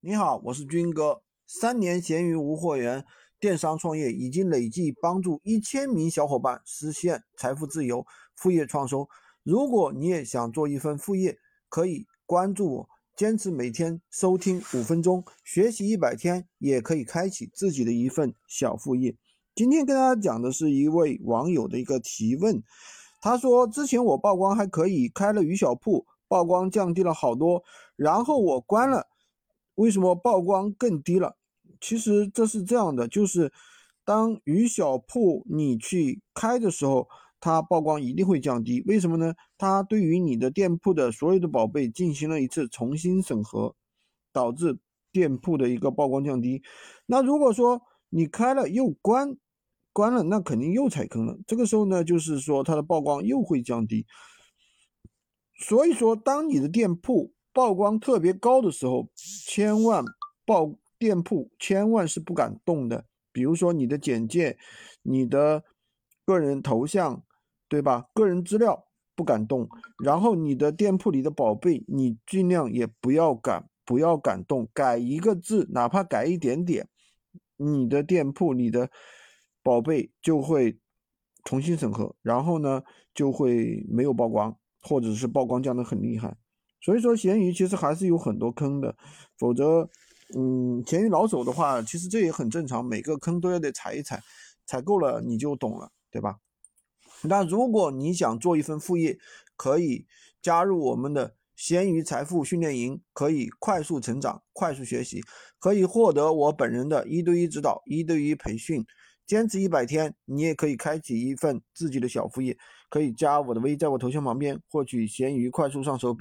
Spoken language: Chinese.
你好，我是军哥。3年闲鱼无货源电商创业，已经累计帮助1000名小伙伴实现财富自由、副业创收。如果你也想做一份副业，可以关注我，坚持每天收听5分钟，学习100天，也可以开启自己的一份小副业。今天跟大家讲的是一位网友的一个提问，他说之前我曝光还可以，开了鱼小铺，曝光降低了好多，然后我关了，为什么曝光更低了？其实这是这样的，就是当鱼小铺你去开的时候，它曝光一定会降低。为什么呢？它对于你的店铺的所有的宝贝进行了一次重新审核，导致店铺的一个曝光降低。那如果说你开了又关了，那肯定又踩坑了。这个时候呢，就是说它的曝光又会降低。所以说，当你的店铺曝光特别高的时候，店铺千万是不敢动的。比如说你的简介、你的个人头像，对吧？个人资料不敢动，然后你的店铺里的宝贝，你尽量也不要敢动，改一个字，哪怕改一点点，你的店铺你的宝贝就会重新审核，然后呢就会没有曝光，或者是曝光降得很厉害。所以说闲鱼其实还是有很多坑的，否则闲鱼老手的话，其实这也很正常，每个坑都要得踩一踩，踩够了你就懂了，对吧？那如果你想做一份副业，可以加入我们的闲鱼财富训练营，可以快速成长、快速学习，可以获得我本人的1对1指导、1对1培训，坚持100天，你也可以开启一份自己的小副业。可以加我的微，在我头像旁边获取闲鱼快速上手